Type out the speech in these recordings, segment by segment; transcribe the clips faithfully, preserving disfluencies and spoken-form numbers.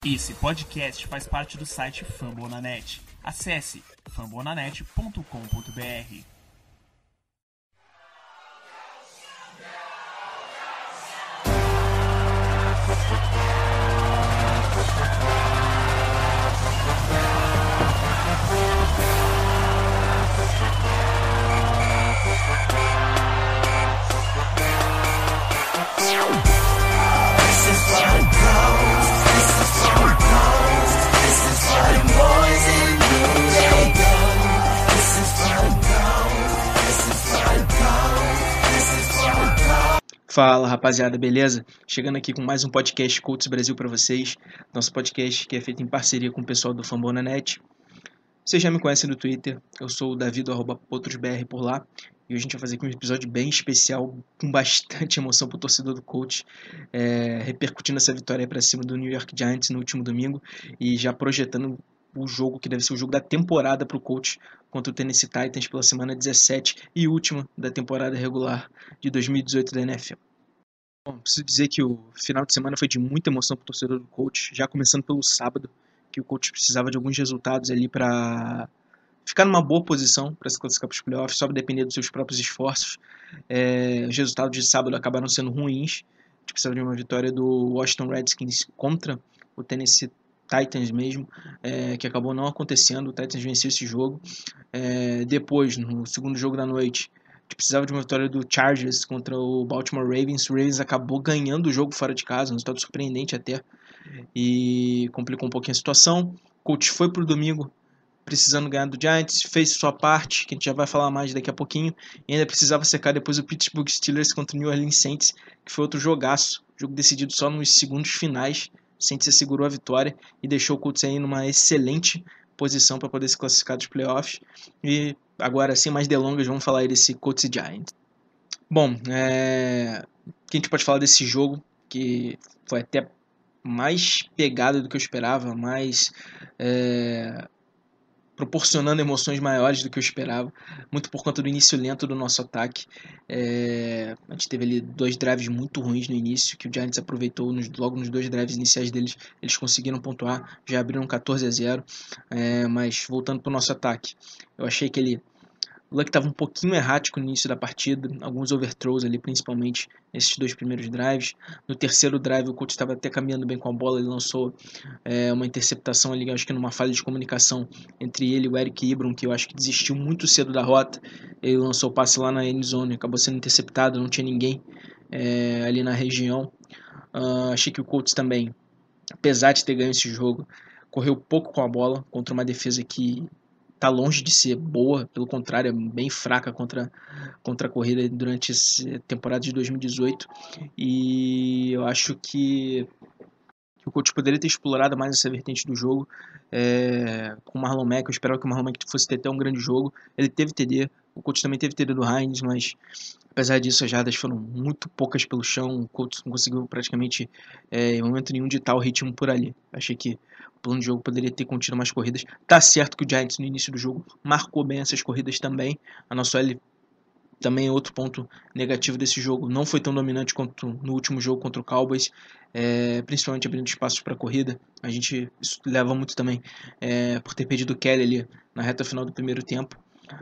Esse podcast faz parte do site Fambonanet. Acesse fambonanet ponto com ponto br. Fala rapaziada, beleza? Chegando aqui com mais um podcast Colts Brasil para vocês. Nosso podcast que é feito em parceria com o pessoal do Fambonanet. Vocês já me conhecem no Twitter, eu sou o Davi do arroba potrosbr por lá. E hoje a gente vai fazer aqui um episódio bem especial, com bastante emoção pro torcedor do Colts, é, repercutindo essa vitória para cima do New York Giants no último domingo e já projetando o jogo que deve ser o jogo da temporada para o Colts contra o Tennessee Titans pela semana dezessete e última da temporada regular de dois mil e dezoito da N F L. Bom, preciso dizer que o final de semana foi de muita emoção para o torcedor do Colts, já começando pelo sábado, que o Colts precisava de alguns resultados ali para ficar numa boa posição para se classificar para os playoffs, só depender dos seus próprios esforços. É, os resultados de sábado acabaram sendo ruins. A gente precisava de uma vitória do Washington Redskins contra o Tennessee Titans mesmo, é, que acabou não acontecendo. O Titans venceu esse jogo. É, depois, no segundo jogo da noite, a gente precisava de uma vitória do Chargers contra o Baltimore Ravens. O Ravens acabou ganhando o jogo fora de casa, um resultado surpreendente até, e complicou um pouquinho a situação. O Colts foi para o domingo precisando ganhar do Giants, fez sua parte, que a gente já vai falar mais daqui a pouquinho, e ainda precisava secar depois o Pittsburgh Steelers contra o New Orleans Saints, que foi outro jogaço, jogo decidido só nos segundos finais. O Saints assegurou a vitória e deixou o Colts aí numa excelente posição para poder se classificar dos playoffs. E agora, sem mais delongas, vamos falar aí desse Colts e Giants. Bom, é... o que a gente pode falar desse jogo, que foi até mais pegado do que eu esperava, mais... É... proporcionando emoções maiores do que eu esperava, muito por conta do início lento do nosso ataque. É, a gente teve ali dois drives muito ruins no início, que o Giants aproveitou nos, logo nos dois drives iniciais deles, eles conseguiram pontuar, já abriram quatorze a zero, é, mas voltando para o nosso ataque, eu achei que ele... O Luck estava um pouquinho errático no início da partida, alguns overthrows ali, principalmente nesses dois primeiros drives. No terceiro drive, o Colts estava até caminhando bem com a bola, ele lançou é, uma interceptação ali, acho que numa falha de comunicação entre ele e o Eric Ebron, que eu acho que desistiu muito cedo da rota. Ele lançou o passe lá na end zone, acabou sendo interceptado, não tinha ninguém é, ali na região. Uh, achei que o Colts também, apesar de ter ganho esse jogo, correu pouco com a bola contra uma defesa que está longe de ser boa, pelo contrário, é bem fraca contra, contra a corrida durante essa temporada de dois mil e dezoito, e eu acho que, que o Colts poderia ter explorado mais essa vertente do jogo é, com o Marlon Mack. Eu esperava que o Marlon Mack fosse ter até um grande jogo, ele teve T D, o Colts também teve T D do Hines, mas apesar disso as jardas foram muito poucas pelo chão, o Colts não conseguiu praticamente é, em momento nenhum ditar o ritmo por ali. Achei que o plano de jogo poderia ter contido mais corridas. Tá certo que o Giants no início do jogo marcou bem essas corridas também. A nossa L também é outro ponto negativo desse jogo. Não foi tão dominante quanto no último jogo contra o Cowboys, é, principalmente abrindo espaços para corrida. A gente isso leva muito também é, por ter perdido o Kelly ali na reta final do primeiro tempo.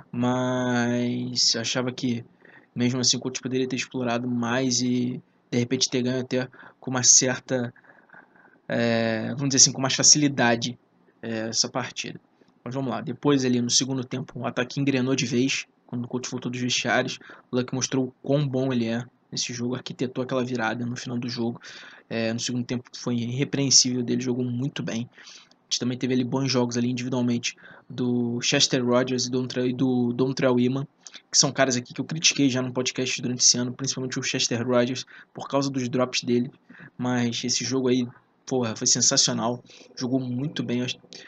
Mas eu achava que mesmo assim o Colts poderia ter explorado mais e de repente ter ganho até com uma certa... É, vamos dizer assim, com mais facilidade é, essa partida. Mas vamos lá, depois ali no segundo tempo o ataque engrenou de vez, quando o Colts voltou dos vestiários. O Luck mostrou o quão bom ele é nesse jogo, arquitetou aquela virada no final do jogo. É, no segundo tempo foi irrepreensível dele, jogou muito bem. A gente também teve ali bons jogos ali individualmente do Chester Rogers e do Dontrell Inman, que são caras aqui que eu critiquei já no podcast durante esse ano, principalmente o Chester Rogers, por causa dos drops dele. Mas esse jogo aí, porra, foi sensacional, jogou muito bem.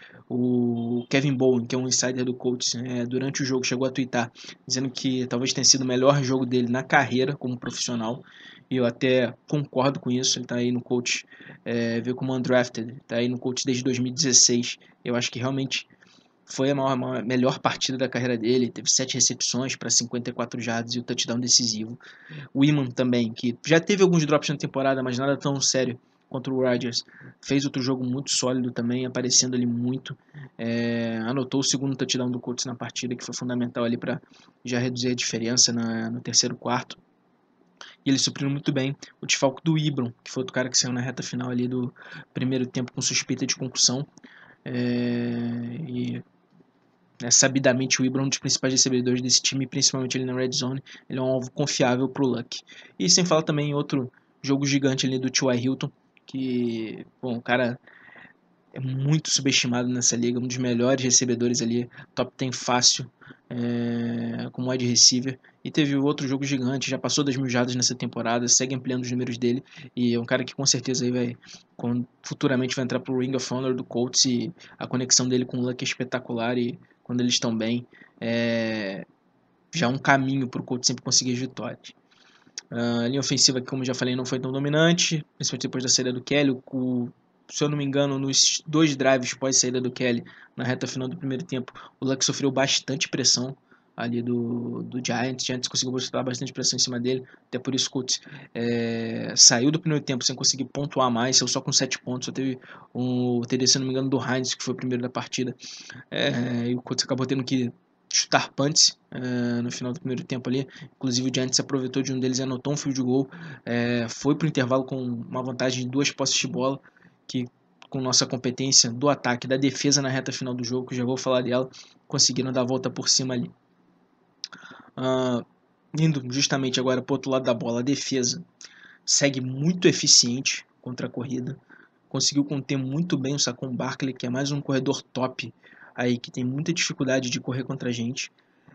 O Kevin Bowen, que é um insider do Colts, é, durante o jogo chegou a twittar dizendo que talvez tenha sido o melhor jogo dele na carreira como profissional, e eu até concordo com isso. Ele está aí no Colts, é, veio como undrafted, está aí no Colts desde dois mil e dezesseis. Eu acho que realmente foi a maior, a melhor partida da carreira dele, teve sete recepções para cinquenta e quatro jardas e o touchdown decisivo. O Inman também, que já teve alguns drops na temporada, mas nada tão sério contra o Rodgers, fez outro jogo muito sólido também, aparecendo ali muito. É, anotou o segundo touchdown do Colts na partida, que foi fundamental ali para já reduzir a diferença na, no terceiro quarto. E ele supriu muito bem o desfalque do Ibron, que foi outro cara que saiu na reta final ali do primeiro tempo com suspeita de concussão. É, e né, sabidamente o Ibron é um dos principais recebedores desse time, principalmente ali na Red Zone. Ele é um alvo confiável pro Luck. E sem falar também em outro jogo gigante ali do T Y. Hilton, que, bom, o cara é muito subestimado nessa liga, um dos melhores recebedores ali, top dez fácil, é, como wide receiver. E teve outro jogo gigante, já passou das mil jardas nessa temporada, segue ampliando os números dele, e é um cara que com certeza aí vai, quando, futuramente vai entrar pro Ring of Honor do Colts, e a conexão dele com o Luck é espetacular, e quando eles estão bem, é já um caminho pro Colts sempre conseguir as vitórias. A linha ofensiva, que como já falei, não foi tão dominante, principalmente depois da saída do Kelly. O, se eu não me engano, nos dois drives pós saída do Kelly, na reta final do primeiro tempo, o Luck sofreu bastante pressão ali do, do Giants. O Giants conseguiu botar bastante pressão em cima dele, até por isso o Colts é, saiu do primeiro tempo sem conseguir pontuar mais, saiu só com sete pontos. Só teve um T D, se eu não me engano, do Hines, que foi o primeiro da partida, é, e o Colts acabou tendo que chutar punts uh, no final do primeiro tempo ali. Inclusive o Giants aproveitou de um deles e anotou um field goal. Uh, foi para o intervalo com uma vantagem de duas posses de bola, que com nossa competência do ataque, da defesa na reta final do jogo, que já vou falar dela, conseguiram dar a volta por cima ali. Uh, indo justamente agora para o outro lado da bola, a defesa segue muito eficiente contra a corrida. Conseguiu conter muito bem o Saquon Barkley, que é mais um corredor top aí, que tem muita dificuldade de correr contra a gente.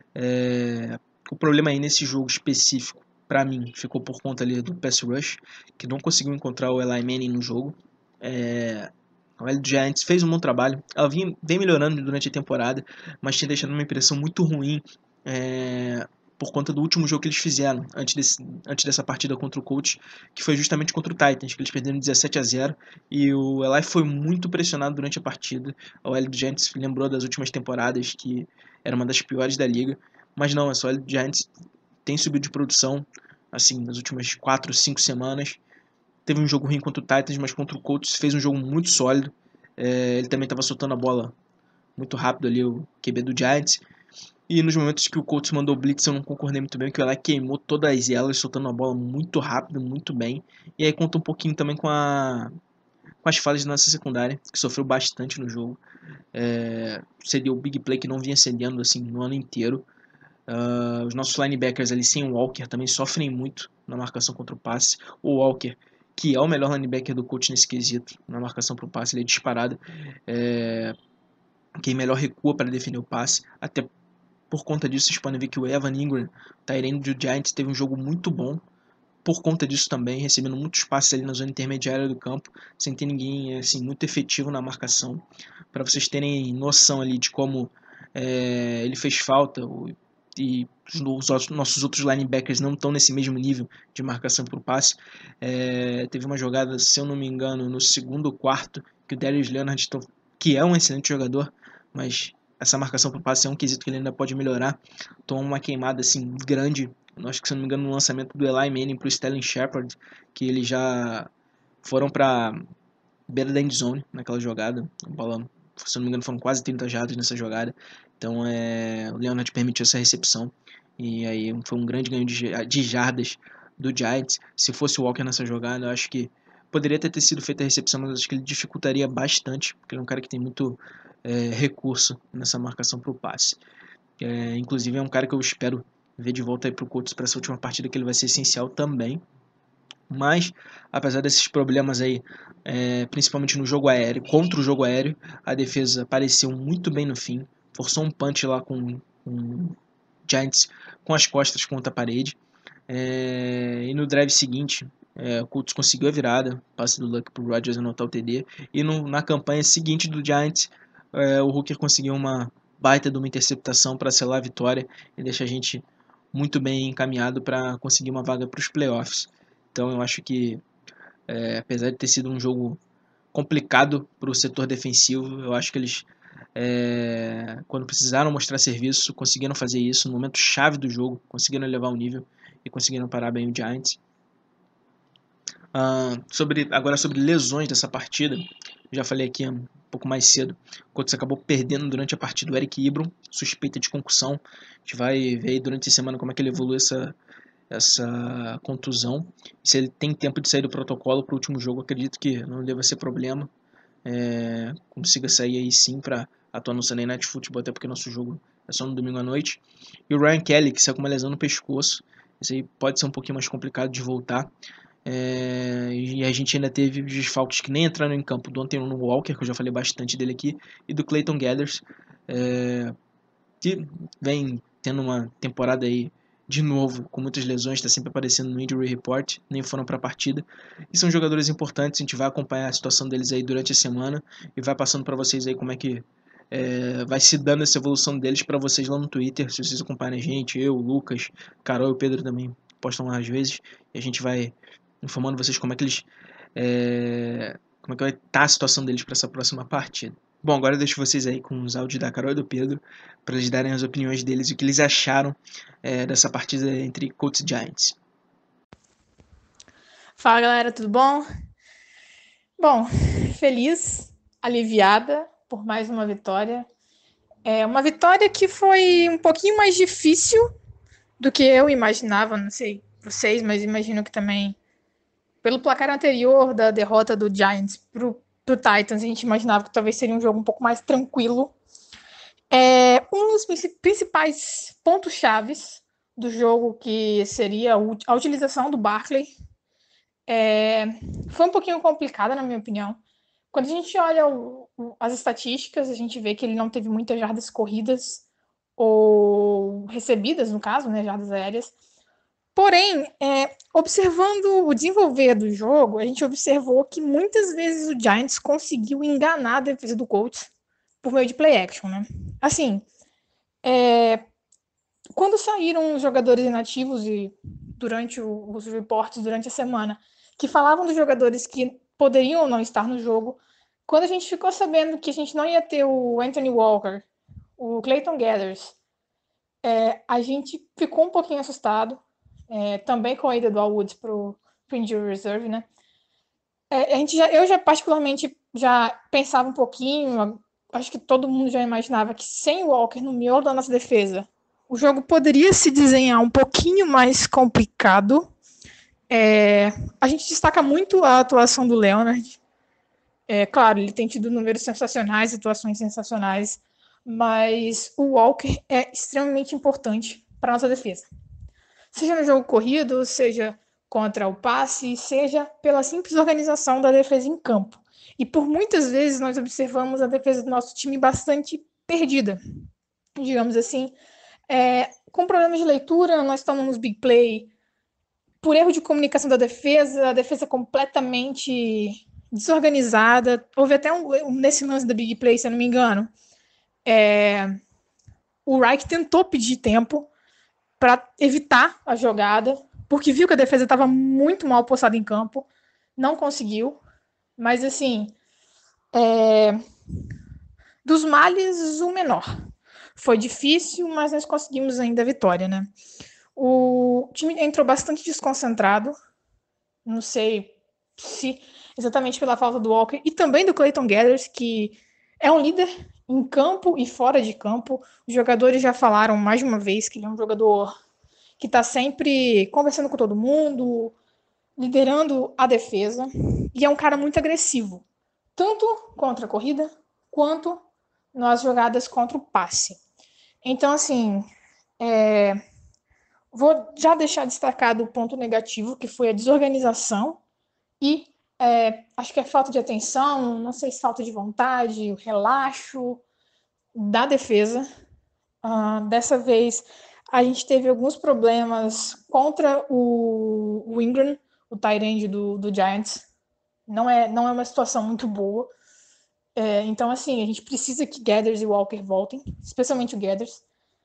É... O problema aí nesse jogo específico, para mim, ficou por conta ali do pass rush, que não conseguiu encontrar o Eli Manning no jogo. É... O L Giants fez um bom trabalho, ela vinha, vem melhorando durante a temporada, mas tinha deixado uma impressão muito ruim é... por conta do último jogo que eles fizeram, antes, desse, antes dessa partida contra o Colts, que foi justamente contra o Titans, que eles perderam dezessete a zero, e o Eli foi muito pressionado durante a partida. O L Giants lembrou das últimas temporadas, que era uma das piores da liga, mas não, é só o L Giants tem subido de produção, assim, nas últimas quatro, cinco semanas. Teve um jogo ruim contra o Titans, mas contra o Colts fez um jogo muito sólido. É, ele também estava soltando a bola muito rápido ali, o Q B do Giants. E nos momentos que o Colts mandou blitz, eu não concordei muito bem, porque o Eli queimou todas elas, soltando a bola muito rápido, muito bem. E aí conta um pouquinho também com, a, com as falhas da nossa secundária, que sofreu bastante no jogo. É, cedeu o big play que não vinha cedendo assim, no ano inteiro. Uh, os nossos linebackers ali sem o Walker também sofrem muito na marcação contra o passe. O Walker, que é o melhor linebacker do Colts nesse quesito, na marcação para o passe, ele é disparado. É, quem melhor recua para defender o passe, até por conta disso, vocês podem ver que o Evan Ingram, Tyrande do Giants, teve um jogo muito bom. Por conta disso também, recebendo muitos passes ali na zona intermediária do campo, sem ter ninguém assim, muito efetivo na marcação. Para vocês terem noção ali de como é, ele fez falta, e os nossos outros linebackers não estão nesse mesmo nível de marcação por passe. É, teve uma jogada, se eu não me engano, no segundo quarto, que o Darius Leonard, que é um excelente jogador, mas essa marcação por passe é um quesito que ele ainda pode melhorar. Tomou uma queimada assim grande, acho que se não me engano no lançamento do Eli Manning para o Sterling Shepard, que eles já foram para beira da endzone naquela jogada. A bola, se não me engano, foram quase trinta jardas nessa jogada. Então é, o Leonard permitiu essa recepção e aí foi um grande ganho de, de jardas do Giants. Se fosse o Walker nessa jogada, eu acho que poderia ter, ter sido feita a recepção, mas acho que ele dificultaria bastante, porque ele é um cara que tem muito é, recurso nessa marcação para o passe. É, inclusive é um cara que eu espero ver de volta aí para o Colts para essa última partida, que ele vai ser essencial também. Mas, apesar desses problemas aí, é, principalmente no jogo aéreo, contra o jogo aéreo, a defesa apareceu muito bem no fim, forçou um punch lá com o Giants com as costas contra a parede. É, e no drive seguinte, é, o Colts conseguiu a virada, passe do Luck para o Rodgers anotar o T D. E no, na campanha seguinte do Giants, é, o Hooker conseguiu uma baita de uma interceptação para selar a vitória e deixar a gente muito bem encaminhado para conseguir uma vaga para os playoffs. Então eu acho que, é, apesar de ter sido um jogo complicado para o setor defensivo, eu acho que eles, é, quando precisaram mostrar serviço, conseguiram fazer isso no momento chave do jogo, conseguiram elevar o nível e conseguiram parar bem o Giants. Uh, sobre, agora sobre lesões dessa partida, já falei aqui um pouco mais cedo, o Colts acabou perdendo durante a partida o Eric Ebron, suspeita de concussão. A gente vai ver aí durante a semana como é que ele evolui essa, essa contusão. Se ele tem tempo de sair do protocolo para o último jogo, acredito que não deva ser problema. É, consiga sair aí sim para atuar no Sunday Night Football, até porque nosso jogo é só no domingo à noite. E o Ryan Kelly, que saiu com uma lesão no pescoço, isso aí pode ser um pouquinho mais complicado de voltar. É, e a gente ainda teve os desfalques que nem entraram em campo do Anthony Walker, que eu já falei bastante dele aqui, e do Clayton Gathers, é, que vem tendo uma temporada aí de novo com muitas lesões, está sempre aparecendo no Injury Report, nem foram para a partida. E são jogadores importantes, a gente vai acompanhar a situação deles aí durante a semana e vai passando para vocês aí como é que é, vai se dando essa evolução deles para vocês lá no Twitter, se vocês acompanharem a gente, eu, o Lucas, Carol e o Pedro também postam lá às vezes, e a gente vai informando vocês como é que eles é, como é que vai estar a situação deles para essa próxima partida. Bom, agora eu deixo vocês aí com os áudios da Carol e do Pedro para eles darem as opiniões deles e o que eles acharam é, dessa partida entre Colts e Giants. Fala, galera, tudo bom? Bom, feliz, aliviada por mais uma vitória. É uma vitória que foi um pouquinho mais difícil do que eu imaginava, não sei vocês, mas imagino que também pelo placar anterior da derrota do Giants pro, pro Titans, a gente imaginava que talvez seria um jogo um pouco mais tranquilo. É, um dos principais pontos chaves do jogo, que seria a utilização do Barkley, é, foi um pouquinho complicada, na minha opinião. Quando a gente olha o, o, as estatísticas, a gente vê que ele não teve muitas jardas corridas ou recebidas, no caso, né, jardas aéreas. Porém, é, observando o desenvolver do jogo, a gente observou que muitas vezes o Giants conseguiu enganar a defesa do Colts por meio de play action, né? Assim, é, quando saíram os jogadores inativos e durante o, os reportes durante a semana que falavam dos jogadores que poderiam ou não estar no jogo, quando a gente ficou sabendo que a gente não ia ter o Anthony Walker, o Clayton Gathers, é, a gente ficou um pouquinho assustado, é, também com a ida do Al Woods para o Injury Reserve, né? É, a gente já, eu já particularmente já pensava um pouquinho, acho que todo mundo já imaginava que sem o Walker no miolo da nossa defesa, o jogo poderia se desenhar um pouquinho mais complicado. É, a gente destaca muito a atuação do Leonard. É, claro, ele tem tido números sensacionais, atuações sensacionais, mas o Walker é extremamente importante para a nossa defesa. Seja no jogo corrido, seja contra o passe, seja pela simples organização da defesa em campo. E por muitas vezes nós observamos a defesa do nosso time bastante perdida, digamos assim, é, com problemas de leitura, nós tomamos big play, por erro de comunicação da defesa, a defesa completamente desorganizada. Houve até um, nesse lance da big play, se eu não me engano, é, o Reich tentou pedir tempo para evitar a jogada, porque viu que a defesa estava muito mal postada em campo, não conseguiu, mas assim, é, dos males o menor. Foi difícil, mas nós conseguimos ainda a vitória, né? O time entrou bastante desconcentrado, não sei se exatamente pela falta do Walker e também do Clayton Gathers, que é um líder em campo e fora de campo. Os jogadores já falaram mais de uma vez que ele é um jogador que está sempre conversando com todo mundo, liderando a defesa, e é um cara muito agressivo, tanto contra a corrida, quanto nas jogadas contra o passe. Então, assim, é, vou já deixar destacado o ponto negativo, que foi a desorganização e é, acho que é falta de atenção, não sei se falta de vontade, o relaxo da defesa. Uh, dessa vez a gente teve alguns problemas contra o, o Ingram, o tight end do, do Giants. Não é, não é uma situação muito boa. É, então, assim, a gente precisa que Gathers e Walker voltem, especialmente o Gathers.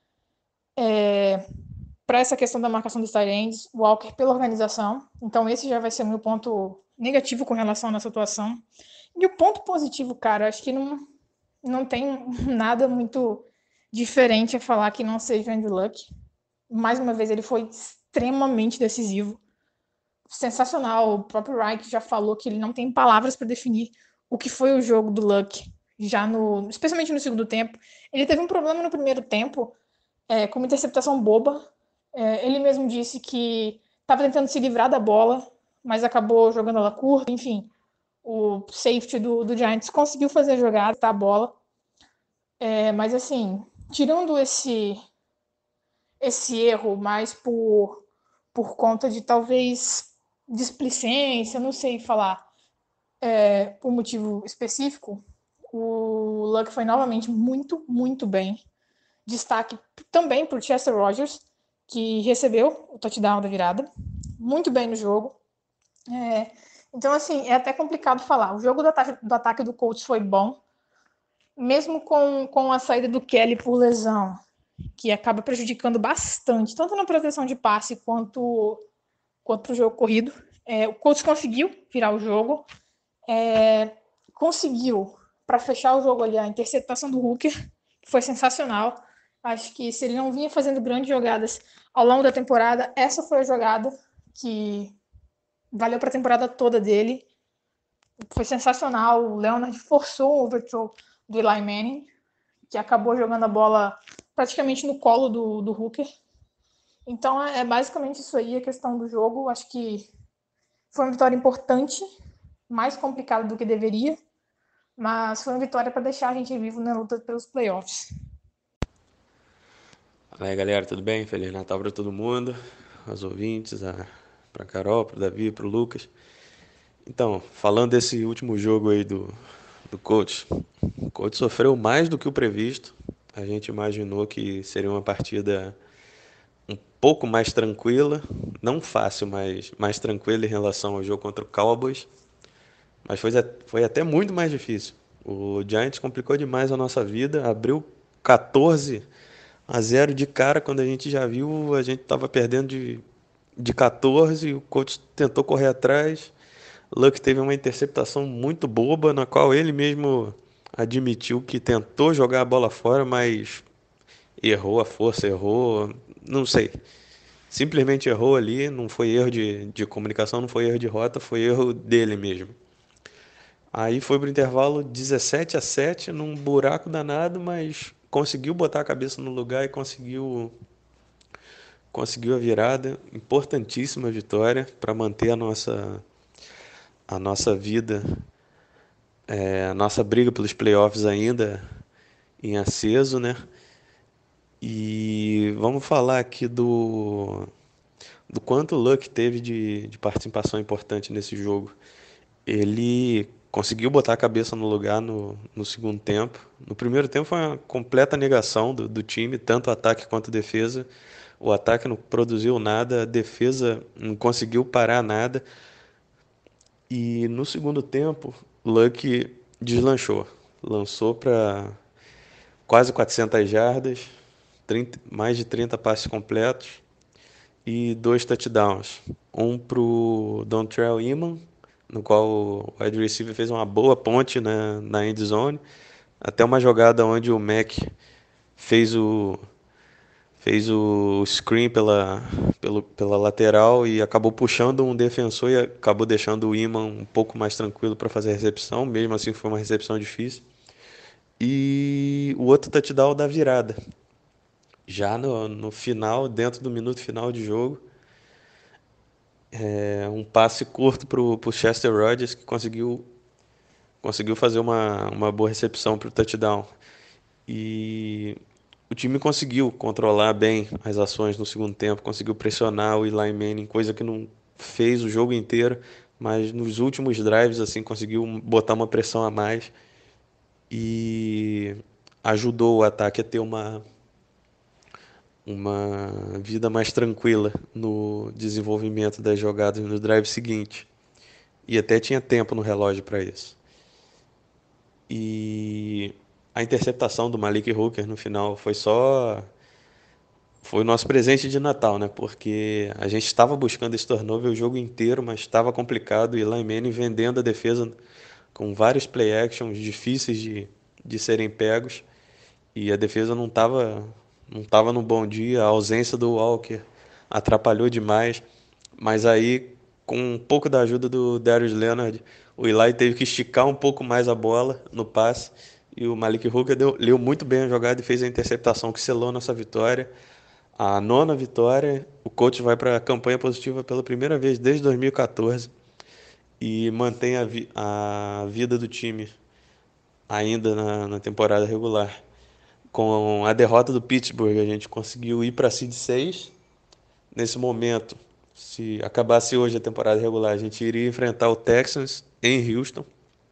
É, para essa questão da marcação dos tight ends, o Walker pela organização. Então, esse já vai ser o meu ponto negativo com relação à nossa atuação. E o ponto positivo, cara, acho que não, não tem nada muito diferente a falar que não seja o Andrew Luck. Mais uma vez, ele foi extremamente decisivo. sensacional. O próprio Reich já falou que ele não tem palavras para definir o que foi o jogo do Luck, já no, especialmente no segundo tempo. Ele teve um problema no primeiro tempo, é, com uma interceptação boba. É, ele mesmo disse que estava tentando se livrar da bola, mas acabou jogando ela curta. Enfim, o safety do, do Giants conseguiu fazer a jogada, tá, a bola. É, mas assim, tirando esse esse erro mais por, por conta de talvez displicência, não sei falar é, por motivo específico, o Luck foi novamente muito, muito bem. Destaque também para o Chester Rogers, que recebeu o touchdown da virada, muito bem no jogo. É, então, assim, é até complicado falar. O jogo do ataque do, ataque do Colts foi bom, mesmo com, com a saída do Kelly por lesão, que acaba prejudicando bastante, tanto na proteção de passe quanto, quanto para o jogo corrido. É, o Colts conseguiu virar o jogo, é, conseguiu, para fechar o jogo ali, a interceptação do Hooker, que foi sensacional. Acho que se ele não vinha fazendo grandes jogadas ao longo da temporada, essa foi a jogada que valeu para a temporada toda dele. Foi sensacional. O Leonard forçou o overthrow do Eli Manning, que acabou jogando a bola praticamente no colo do, do Hooker. Então é basicamente isso aí, a questão do jogo. Acho que foi uma vitória importante, mais complicada do que deveria, mas foi uma vitória para deixar a gente vivo na luta pelos playoffs. Fala aí, galera, tudo bem? Feliz Natal para todo mundo, aos ouvintes, a... para Carol, para Davi, para o Lucas. Então, falando desse último jogo aí do, do Colts, o Colts sofreu mais do que o previsto. A gente imaginou que seria uma partida um pouco mais tranquila, não fácil, mas mais tranquila em relação ao jogo contra o Cowboys. Mas foi, foi até muito mais difícil. O Giants complicou demais a nossa vida, abriu quatorze a zero de cara, quando a gente já viu, a gente estava perdendo de, de quatorze, o coach tentou correr atrás. Luck teve uma interceptação muito boba, na qual ele mesmo admitiu que tentou jogar a bola fora, mas errou a força, errou, não sei. Simplesmente errou ali, não foi erro de, de comunicação, não foi erro de rota, foi erro dele mesmo. Aí foi pro intervalo dezessete a sete, num buraco danado, mas conseguiu botar a cabeça no lugar e conseguiu conseguiu a virada, importantíssima vitória para manter a nossa a nossa vida, é, a nossa briga pelos playoffs ainda em aceso, né? E vamos falar aqui do do quanto o Luck teve de, de participação importante nesse jogo. Ele conseguiu botar a cabeça no lugar no, no segundo tempo. No primeiro tempo foi uma completa negação do, do time, tanto ataque quanto defesa. O ataque não produziu nada, a defesa não conseguiu parar nada. E no segundo tempo, Luck deslanchou. Lançou para quase quatrocentas jardas, trinta, mais de trinta passes completos e dois touchdowns. Um para o Dontrell Inman, no qual o wide receiver fez uma boa ponte na, na end zone, até uma jogada onde o Mac fez o fez o screen pela, pelo, pela lateral e acabou puxando um defensor e acabou deixando o Iman um pouco mais tranquilo para fazer a recepção, mesmo assim foi uma recepção difícil. E o outro touchdown da virada, já no, no final, dentro do minuto final de jogo, é, um passe curto para o Chester Rogers, que conseguiu, conseguiu fazer uma, uma boa recepção para o touchdown. E o time conseguiu controlar bem as ações no segundo tempo, conseguiu pressionar o Eli Manning, coisa que não fez o jogo inteiro, mas nos últimos drives assim conseguiu botar uma pressão a mais e ajudou o ataque a ter uma uma vida mais tranquila no desenvolvimento das jogadas no drive seguinte. E até tinha tempo no relógio para isso. E a interceptação do Malik Hooker no final foi só foi o nosso presente de Natal, né? Porque a gente estava buscando esse turnover o jogo inteiro, mas estava complicado. E Eli Manning vendendo a defesa com vários play actions difíceis de, de serem pegos. E a defesa não estava não tava no bom dia. A ausência do Walker atrapalhou demais. Mas aí com um pouco da ajuda do Darius Leonard, o Eli teve que esticar um pouco mais a bola no passe, e o Malik Hooker deu, leu muito bem a jogada e fez a interceptação que selou nossa vitória. A nona vitória, o coach vai para a campanha positiva pela primeira vez desde dois mil e quatorze e mantém a, vi a vida do time ainda na, na temporada regular. Com a derrota do Pittsburgh, a gente conseguiu ir para a Seed seis. Nesse momento, se acabasse hoje a temporada regular, a gente iria enfrentar o Texans em Houston.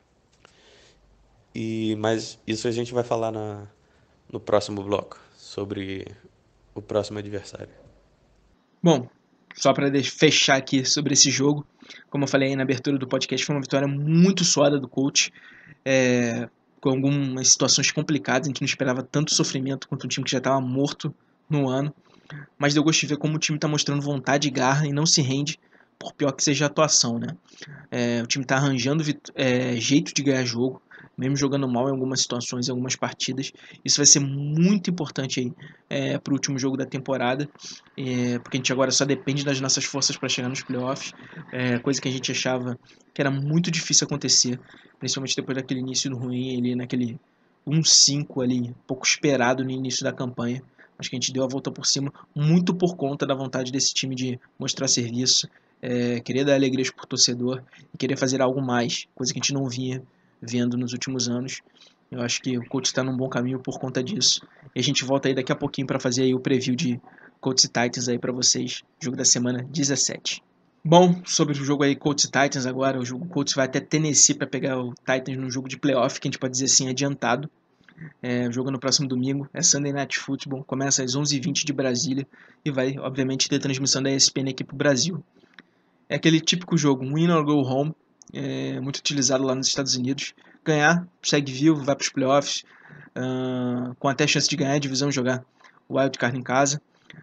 E, mas isso a gente vai falar na, no próximo bloco, sobre o próximo adversário. Bom, só para fechar aqui sobre esse jogo, como eu falei aí na abertura do podcast, foi uma vitória muito sólida do coach, é, com algumas situações complicadas. A gente não esperava tanto sofrimento quanto um time que já estava morto no ano, mas deu gosto de ver como o time está mostrando vontade e garra e não se rende, por pior que seja a atuação, né? É, o time está arranjando é, jeito de ganhar jogo, mesmo jogando mal em algumas situações, em algumas partidas. Isso vai ser muito importante aí é, para o último jogo da temporada, é, porque a gente agora só depende das nossas forças para chegar nos playoffs, é, coisa que a gente achava que era muito difícil acontecer, principalmente depois daquele início ruim, ali, naquele um cinco ali, pouco esperado no início da campanha. Acho que a gente deu a volta por cima, muito por conta da vontade desse time de mostrar serviço, é, querer dar alegrias pro torcedor e querer fazer algo mais, coisa que a gente não vinha vendo nos últimos anos. Eu acho que o Colts está num bom caminho por conta disso. E a gente volta aí daqui a pouquinho para fazer aí o preview de Colts e Titans aí para vocês, jogo da semana dezessete. Bom, sobre o jogo aí Colts e Titans agora, o jogo Colts vai até Tennessee para pegar o Titans num jogo de playoff, que a gente pode dizer assim, adiantado. É, o jogo no próximo domingo, é Sunday Night Football, começa às onze e vinte de Brasília e vai, obviamente, ter transmissão da E S P N aqui pro Brasil. É aquele típico jogo, win or go home, é muito utilizado lá nos Estados Unidos. Ganhar, segue vivo, vai para os playoffs, uh, com até chance de ganhar a divisão e jogar o Wild Card em casa.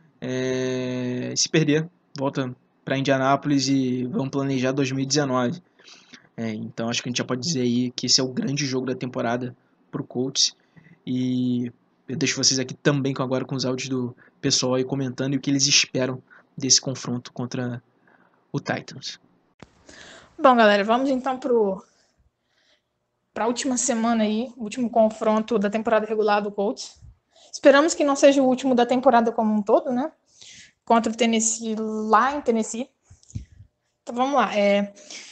É, se perder, volta para Indianápolis e vão planejar dois mil e dezenove. É, então acho que a gente já pode dizer aí que esse é o grande jogo da temporada para o Colts. E eu deixo vocês aqui também agora com os áudios do pessoal aí comentando e o que eles esperam desse confronto contra o Titans. Bom, galera, vamos então pro para a última semana aí, o último confronto da temporada regular do Colts. Esperamos que não seja o último da temporada como um todo, né? Contra o Tennessee, lá em Tennessee. Então vamos lá. É...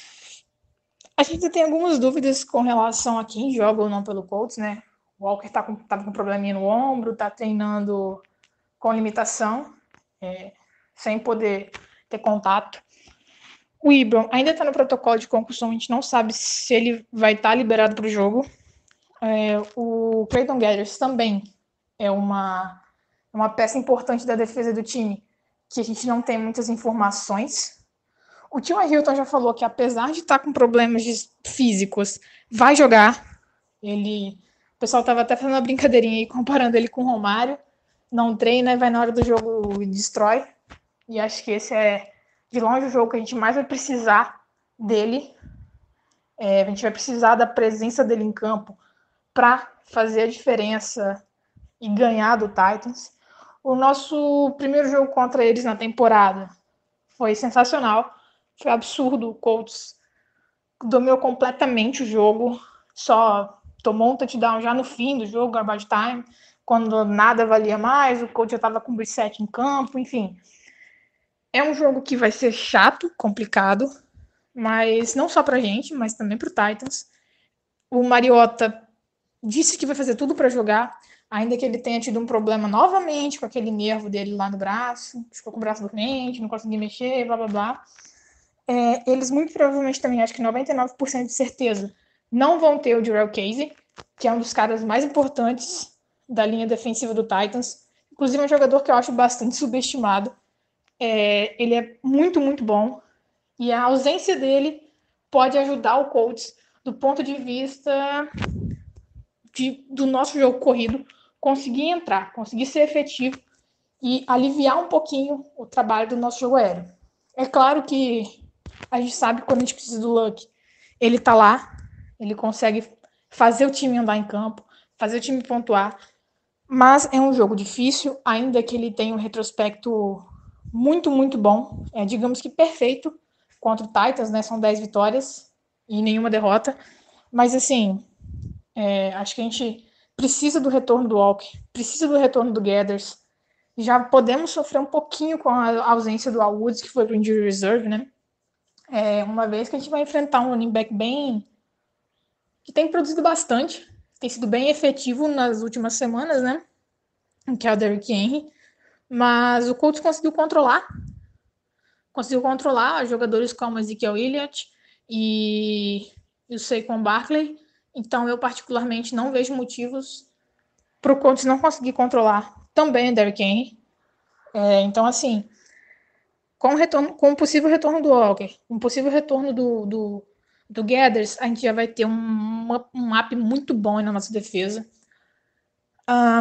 A gente tem algumas dúvidas com relação a quem joga ou não pelo Colts, né? O Walker tá com, tava com um probleminha no ombro, tá treinando com limitação, é, sem poder ter contato. O Ibram ainda está no protocolo de concussão, a gente não sabe se ele vai estar tá liberado para o jogo. É, o Clayton Gathers também é uma, uma peça importante da defesa do time, que a gente não tem muitas informações. O T Y. Hilton já falou que, apesar de estar tá com problemas físicos, vai jogar. Ele, o pessoal estava até fazendo uma brincadeirinha aí, comparando ele com o Romário. Não treina, vai na hora do jogo e destrói. E acho que esse é, de longe, o jogo que a gente mais vai precisar dele. É, a gente vai precisar da presença dele em campo para fazer a diferença e ganhar do Titans. O nosso primeiro jogo contra eles na temporada foi sensacional. Foi absurdo. O Colts dominou completamente o jogo. Só tomou um touchdown já no fim do jogo, garbage time, quando nada valia mais. O Colts já estava com o reset em campo, enfim. É um jogo que vai ser chato, complicado, mas não só pra gente, mas também pro Titans. O Mariota disse que vai fazer tudo para jogar, ainda que ele tenha tido um problema novamente com aquele nervo dele lá no braço, ficou com o braço dormente, não conseguia mexer, blá blá blá. É, eles muito provavelmente também, acho que noventa e nove por cento de certeza, não vão ter o Jurrell Casey, que é um dos caras mais importantes da linha defensiva do Titans. Inclusive é um jogador que eu acho bastante subestimado. É, ele é muito, muito bom. E a ausência dele pode ajudar o Colts do ponto de vista de, do nosso jogo corrido, conseguir entrar, conseguir ser efetivo e aliviar um pouquinho o trabalho do nosso jogo aéreo. É claro que a gente sabe que quando a gente precisa do Luck, ele tá lá, ele consegue fazer o time andar em campo, fazer o time pontuar, mas é um jogo difícil, ainda que ele tenha um retrospecto muito, muito bom, é, digamos que perfeito, contra o Titans, né? São dez vitórias e nenhuma derrota. Mas, assim, é, acho que a gente precisa do retorno do Walker, precisa do retorno do Gathers. Já podemos sofrer um pouquinho com a ausência do Al Woods, que foi para o Injury Reserve, né? É, uma vez que a gente vai enfrentar um running back bem... que tem produzido bastante, tem sido bem efetivo nas últimas semanas, né? Que é o Derrick Henry. Mas o Colts conseguiu controlar. Conseguiu controlar jogadores como Ezekiel Elliott e, e o Saquon Barkley. Então, eu particularmente não vejo motivos para o Colts não conseguir controlar também o Derrick Henry. É, então, assim, com o, retorno, com o possível retorno do Walker, com o possível retorno do, do, do Gathers, a gente já vai ter um, uma, um map muito bom na nossa defesa. Ah,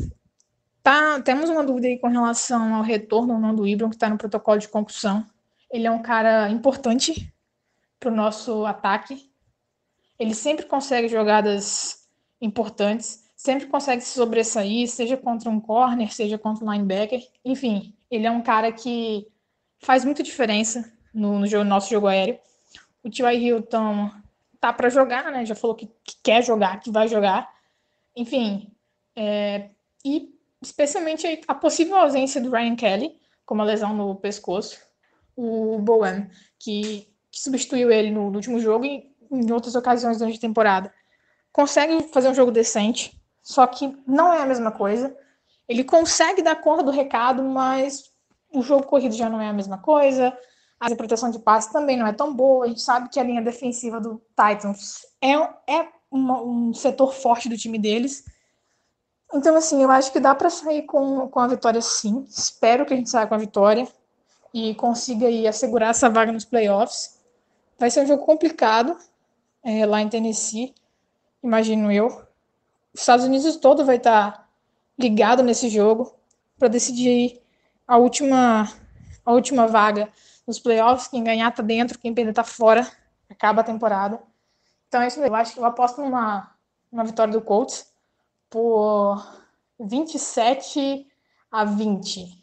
tá, temos uma dúvida aí com relação ao retorno ou não do Ibram, que está no protocolo de concussão. Ele é um cara importante para o nosso ataque. Ele sempre consegue jogadas importantes, sempre consegue se sobressair, seja contra um corner, seja contra um linebacker. Enfim, ele é um cara que faz muita diferença no, no jogo, nosso jogo aéreo. O T Y. Hilton tá para jogar, né? Já falou que, que quer jogar, que vai jogar. Enfim, é, e especialmente a possível ausência do Ryan Kelly, com uma lesão no pescoço. O Bowen, que, que substituiu ele no, no último jogo e em outras ocasiões durante a temporada, consegue fazer um jogo decente, só que não é a mesma coisa. Ele consegue dar conta do recado, mas o jogo corrido já não é a mesma coisa. A proteção de passe também não é tão boa. A gente sabe que a linha defensiva do Titans é, é uma, um setor forte do time deles. Então, assim, eu acho que dá para sair com, com a vitória, sim. Espero que a gente saia com a vitória e consiga aí assegurar essa vaga nos playoffs. Vai ser um jogo complicado é, lá em Tennessee, imagino eu. Os Estados Unidos todo vai estar ligado nesse jogo para decidir a última, a última vaga nos playoffs. Quem ganhar tá dentro, quem perder tá fora. Acaba a temporada. Então é isso mesmo. Eu acho que eu aposto numa, numa vitória do Colts por vinte e sete a vinte.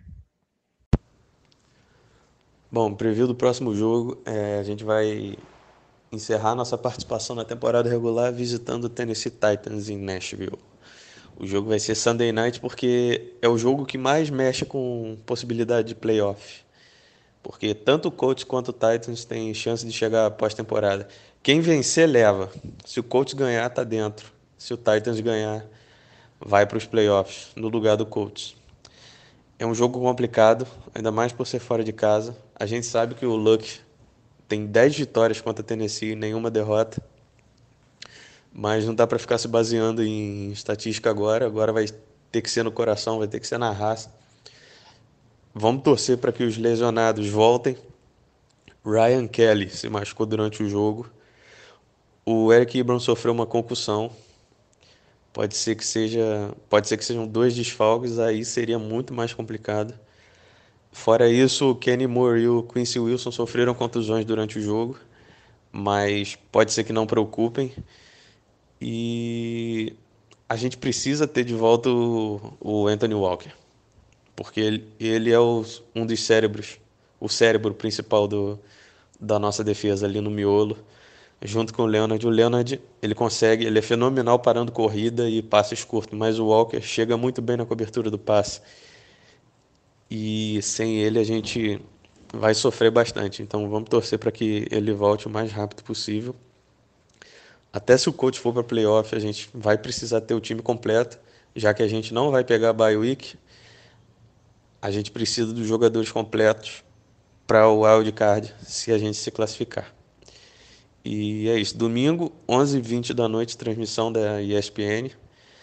Bom, preview do próximo jogo, é, a gente vai encerrar nossa participação na temporada regular visitando o Tennessee Titans em Nashville. O jogo vai ser Sunday Night porque é o jogo que mais mexe com possibilidade de playoff. Porque tanto o Colts quanto o Titans têm chance de chegar à pós-temporada. Quem vencer, leva. Se o Colts ganhar, tá dentro. Se o Titans ganhar, vai para os playoffs, no lugar do Colts. É um jogo complicado, ainda mais por ser fora de casa. A gente sabe que o Luck tem dez vitórias contra a Tennessee e nenhuma derrota. Mas não dá para ficar se baseando em estatística agora. Agora vai ter que ser no coração, vai ter que ser na raça. Vamos torcer para que os lesionados voltem. Ryan Kelly se machucou durante o jogo. O Eric Ebron sofreu uma concussão. Pode ser que seja, pode ser que sejam dois desfalques, aí seria muito mais complicado. Fora isso, o Kenny Moore e o Quincy Wilson sofreram contusões durante o jogo, mas pode ser que não preocupem. E a gente precisa ter de volta o, o Anthony Walker, porque ele, ele é o, um dos cérebros, o cérebro principal do, da nossa defesa ali no miolo, junto com o Leonard. O Leonard, ele consegue, ele é fenomenal parando corrida e passes curtos, mas o Walker chega muito bem na cobertura do passe. E sem ele a gente vai sofrer bastante. Então vamos torcer para que ele volte o mais rápido possível. Até se o coach for para playoff, a gente vai precisar ter o time completo, já que a gente não vai pegar a bye week. A gente precisa dos jogadores completos para o wild card, se a gente se classificar. E é isso. Domingo, onze e vinte da noite, transmissão da E S P N.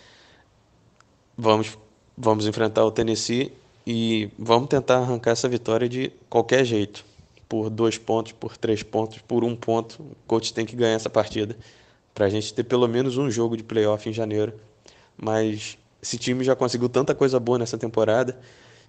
Vamos, vamos enfrentar o Tennessee e vamos tentar arrancar essa vitória de qualquer jeito. Por dois pontos, por três pontos, por um ponto. O coach tem que ganhar essa partida para a gente ter pelo menos um jogo de playoff em janeiro. Mas esse time já conseguiu tanta coisa boa nessa temporada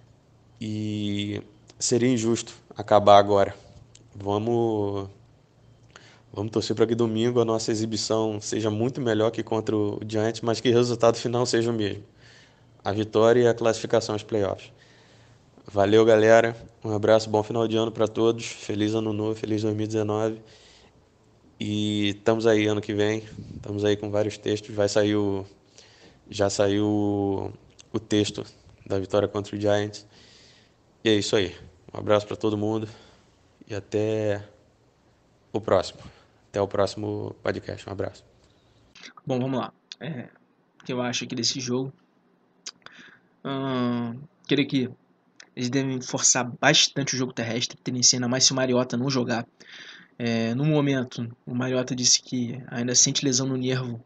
e seria injusto acabar agora. Vamos... Vamos torcer para que domingo a nossa exibição seja muito melhor que contra o Giants, mas que o resultado final seja o mesmo. A vitória e a classificação aos playoffs. Valeu, galera. Um abraço, bom final de ano para todos. Feliz ano novo, feliz dois mil e dezenove. E estamos aí ano que vem. Estamos aí com vários textos. Vai sair o... Já saiu o, o texto da vitória contra o Giants. E é isso aí. Um abraço para todo mundo. E até o próximo. Até o próximo podcast. Um abraço. Bom, vamos lá. É, o que eu acho aqui desse jogo? Hum, creio que eles devem forçar bastante o jogo terrestre, Tennessee, ainda mais se o Mariota não jogar. É, no momento, o Mariota disse que ainda sente lesão no nervo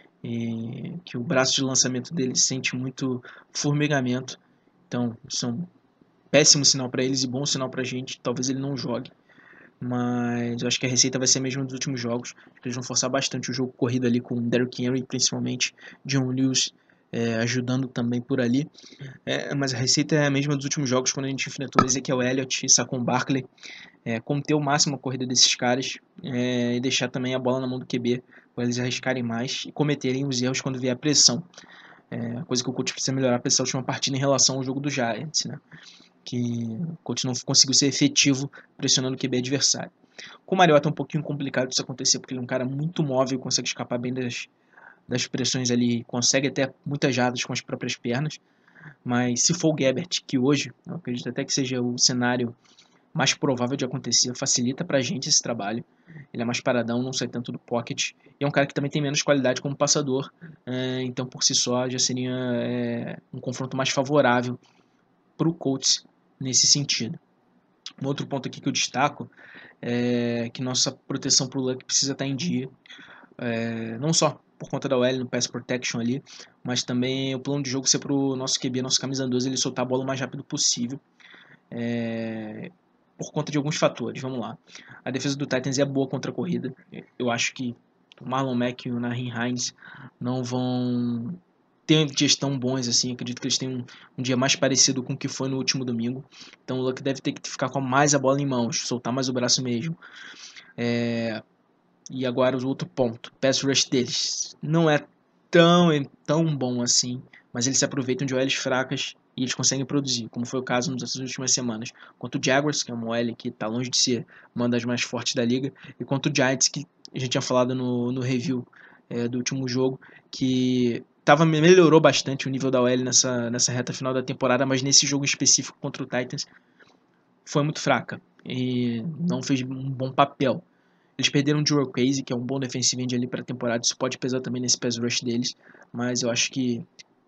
e que o braço de lançamento dele sente muito formigamento. Então, isso é um péssimo sinal para eles e bom sinal para a gente. Talvez ele não jogue, mas eu acho que a receita vai ser a mesma dos últimos jogos. Eles vão forçar bastante o jogo corrido ali com o Derrick Henry, principalmente John Lewis é, ajudando também por ali. É, mas a receita é a mesma dos últimos jogos, quando a gente enfrentou Ezekiel Elliott e Saquon Barkley. É, conter o máximo a corrida desses caras é, e deixar também a bola na mão do Q B para eles arriscarem mais e cometerem os erros quando vier a pressão. É, a coisa que o coach precisa melhorar para essa última partida em relação ao jogo do Giants, né? Que o coach não conseguiu ser efetivo pressionando o Q B adversário. Com o Mariota é um pouquinho complicado isso acontecer, porque ele é um cara muito móvel, consegue escapar bem das, das pressões ali, consegue até muitas jardas com as próprias pernas. Mas se for o Gabbert, que hoje eu acredito até que seja o cenário mais provável de acontecer, facilita pra gente esse trabalho. Ele é mais paradão, não sai tanto do pocket. E é um cara que também tem menos qualidade como passador. É, então, por si só, já seria é, um confronto mais favorável pro Colts nesse sentido. Um outro ponto aqui que eu destaco é que nossa proteção pro Luck precisa estar em dia. É, não só por conta da O L no pass protection ali, mas também o plano de jogo ser pro nosso Q B, nosso camisa doze, ele soltar a bola o mais rápido possível. É, por conta de alguns fatores, vamos lá. A defesa do Titans é boa contra a corrida. Eu acho que o Marlon Mack e o Naheem Hines não vão ter dias tão bons assim. Acredito que eles têm um, um dia mais parecido com o que foi no último domingo. Então o Luck deve ter que ficar com mais a bola em mãos, soltar mais o braço mesmo. É, e agora o outro ponto, o pass rush deles não é tão, tão bom assim, mas eles se aproveitam de O Ls fracas e eles conseguem produzir, como foi o caso nas últimas semanas, contra o Jaguars, que é uma O L que está longe de ser uma das mais fortes da liga, e contra o Giants, que a gente tinha falado no, no review é, do último jogo, que tava, melhorou bastante o nível da O L nessa, nessa reta final da temporada, mas nesse jogo específico contra o Titans foi muito fraca e não fez um bom papel. Eles perderam o Jurel Casey, que é um bom defensive end ali para a temporada, isso pode pesar também nesse pass rush deles, mas eu acho que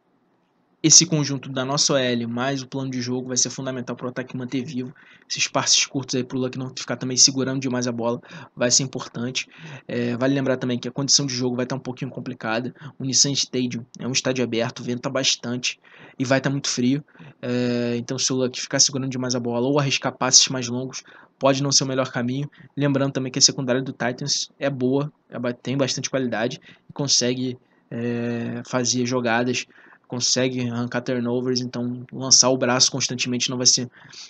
esse conjunto da nossa O L mais o plano de jogo vai ser fundamental para o ataque manter vivo. Esses passes curtos aí para o Luck não ficar também segurando demais a bola vai ser importante. É, vale lembrar também que a condição de jogo vai estar um pouquinho complicada. O Nissan Stadium é um estádio aberto, venta bastante e vai estar muito frio. É, então se o Luck ficar segurando demais a bola ou arriscar passes mais longos, pode não ser o melhor caminho. Lembrando também que a secundária do Titans é boa, tem bastante qualidade e consegue é, fazer jogadas, consegue arrancar turnovers, então lançar o braço constantemente não vai ser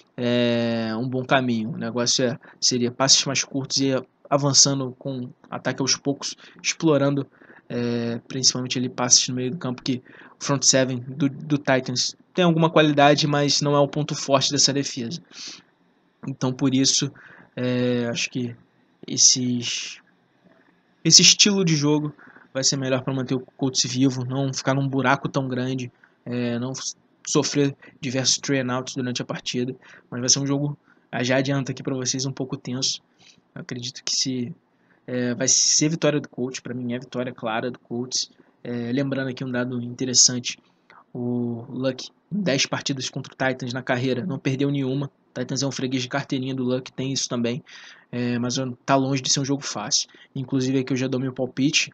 é, um bom caminho. O negócio é, seria passes mais curtos e avançando com ataque aos poucos, explorando é, principalmente ali passes no meio do campo, que o front seven do, do Titans tem alguma qualidade, mas não é o ponto forte dessa defesa. Então por isso é, acho que esses, esse estilo de jogo vai ser melhor para manter o Colts vivo, não ficar num buraco tão grande, é, não sofrer diversos train-outs durante a partida, mas vai ser um jogo, já adianta aqui para vocês, um pouco tenso. Eu acredito que se é, vai ser vitória do Colts, para mim é vitória clara do Colts. É, lembrando aqui um dado interessante, o Luck, em dez partidas contra o Titans na carreira, não perdeu nenhuma. O Titans é um freguês de carteirinha do Luck, tem isso também, é, mas tá longe de ser um jogo fácil. Inclusive aqui eu já dou meu palpite.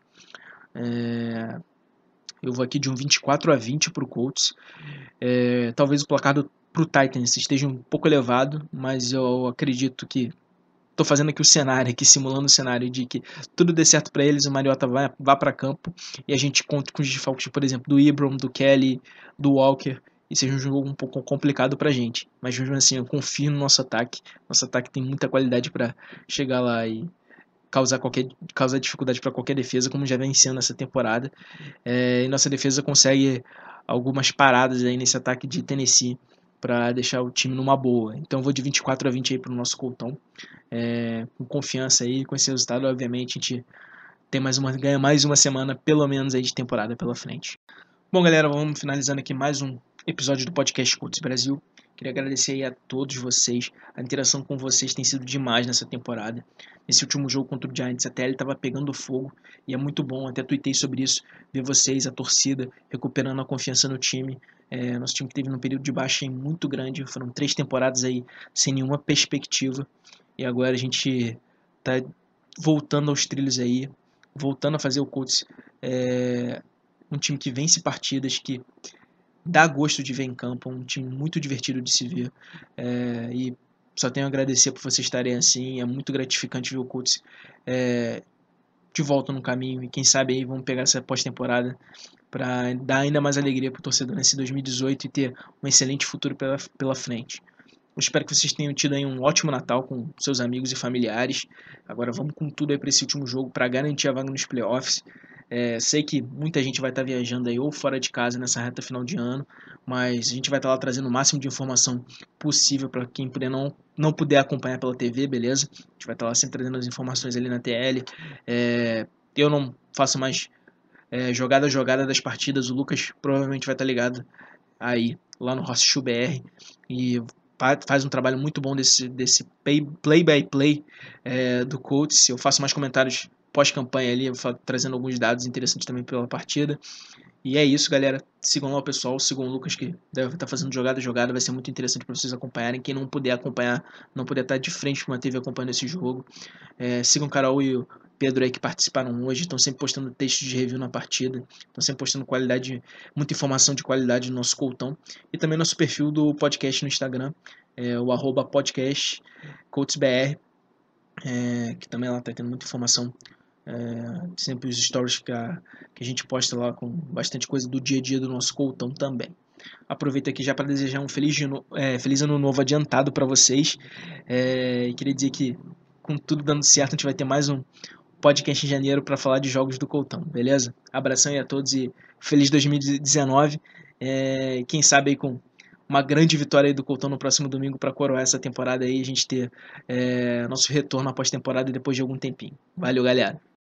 É, eu vou aqui de um vinte e quatro a vinte para o Colts. É, talvez o placar para o Titans esteja um pouco elevado, mas eu acredito que estou fazendo aqui o cenário, aqui simulando o cenário de que tudo dê certo para eles, o Mariota vai, vá para campo e a gente conta com os desfalques, por exemplo, do Ibram, do Kelly, do Walker, e seja um jogo um pouco complicado para a gente. Mas mesmo assim, eu confio no nosso ataque. Nosso ataque tem muita qualidade para chegar lá e causar, qualquer, causar dificuldade para qualquer defesa, como já vem sendo essa temporada. É, e nossa defesa consegue algumas paradas aí nesse ataque de Tennessee para deixar o time numa boa. Então eu vou de vinte e quatro a vinte aí pro nosso Coltão, é, com confiança aí, com esse resultado, obviamente a gente tem mais uma, ganha mais uma semana, pelo menos, aí de temporada pela frente. Bom, galera, vamos finalizando aqui mais um episódio do podcast Colts Brasil. Queria agradecer aí a todos vocês. A interação com vocês tem sido demais nessa temporada. Nesse último jogo contra o Giants, até ele estava pegando fogo e é muito bom, até tuitei sobre isso, ver vocês, a torcida, recuperando a confiança no time. É, nosso time que teve num período de baixa muito grande, foram três temporadas aí sem nenhuma perspectiva e agora a gente está voltando aos trilhos aí, voltando a fazer o Colts é, um time que vence partidas, que dá gosto de ver em campo, um time muito divertido de se ver, é, e só tenho a agradecer por vocês estarem assim, é muito gratificante ver o Colts é, de volta no caminho, e quem sabe aí vamos pegar essa pós-temporada para dar ainda mais alegria para o torcedor nesse dois mil e dezoito e ter um excelente futuro pela, pela frente. Eu espero que vocês tenham tido aí um ótimo Natal com seus amigos e familiares. Agora vamos com tudo aí para esse último jogo para garantir a vaga nos playoffs. É, sei que muita gente vai estar viajando aí ou fora de casa nessa reta final de ano, mas a gente vai estar lá trazendo o máximo de informação possível para quem puder não, não puder acompanhar pela T V, beleza? A gente vai estar lá sempre trazendo as informações ali na T L. É, eu não faço mais é, jogada a jogada das partidas, o Lucas provavelmente vai estar ligado aí lá no Rosschu B R e faz um trabalho muito bom desse, desse play-by-play é, do Colts. Eu faço mais comentários pós-campanha ali, trazendo alguns dados interessantes também pela partida. E é isso, galera. Sigam lá o pessoal, sigam o Lucas, que deve estar fazendo jogada a jogada. Vai ser muito interessante para vocês acompanharem. Quem não puder acompanhar, não puder estar de frente com uma T V acompanhando esse jogo, é, sigam o Carol e o Pedro aí que participaram hoje. Estão sempre postando textos de review na partida. Estão sempre postando qualidade, muita informação de qualidade no nosso Coltão. E também nosso perfil do podcast no Instagram, é, o arroba podcast ColtsBR, é, que também lá está tendo muita informação. É, sempre os stories que a, que a gente posta lá com bastante coisa do dia a dia do nosso Coltão também. Aproveito aqui já para desejar um feliz, é, feliz ano novo adiantado para vocês, é, e queria dizer que com tudo dando certo a gente vai ter mais um podcast em janeiro para falar de jogos do Coltão, beleza? Abração aí a todos e feliz dois mil e dezenove, é, quem sabe aí com uma grande vitória aí do Coltão no próximo domingo para coroar essa temporada aí, a gente ter é, nosso retorno após temporada depois de algum tempinho. Valeu, galera!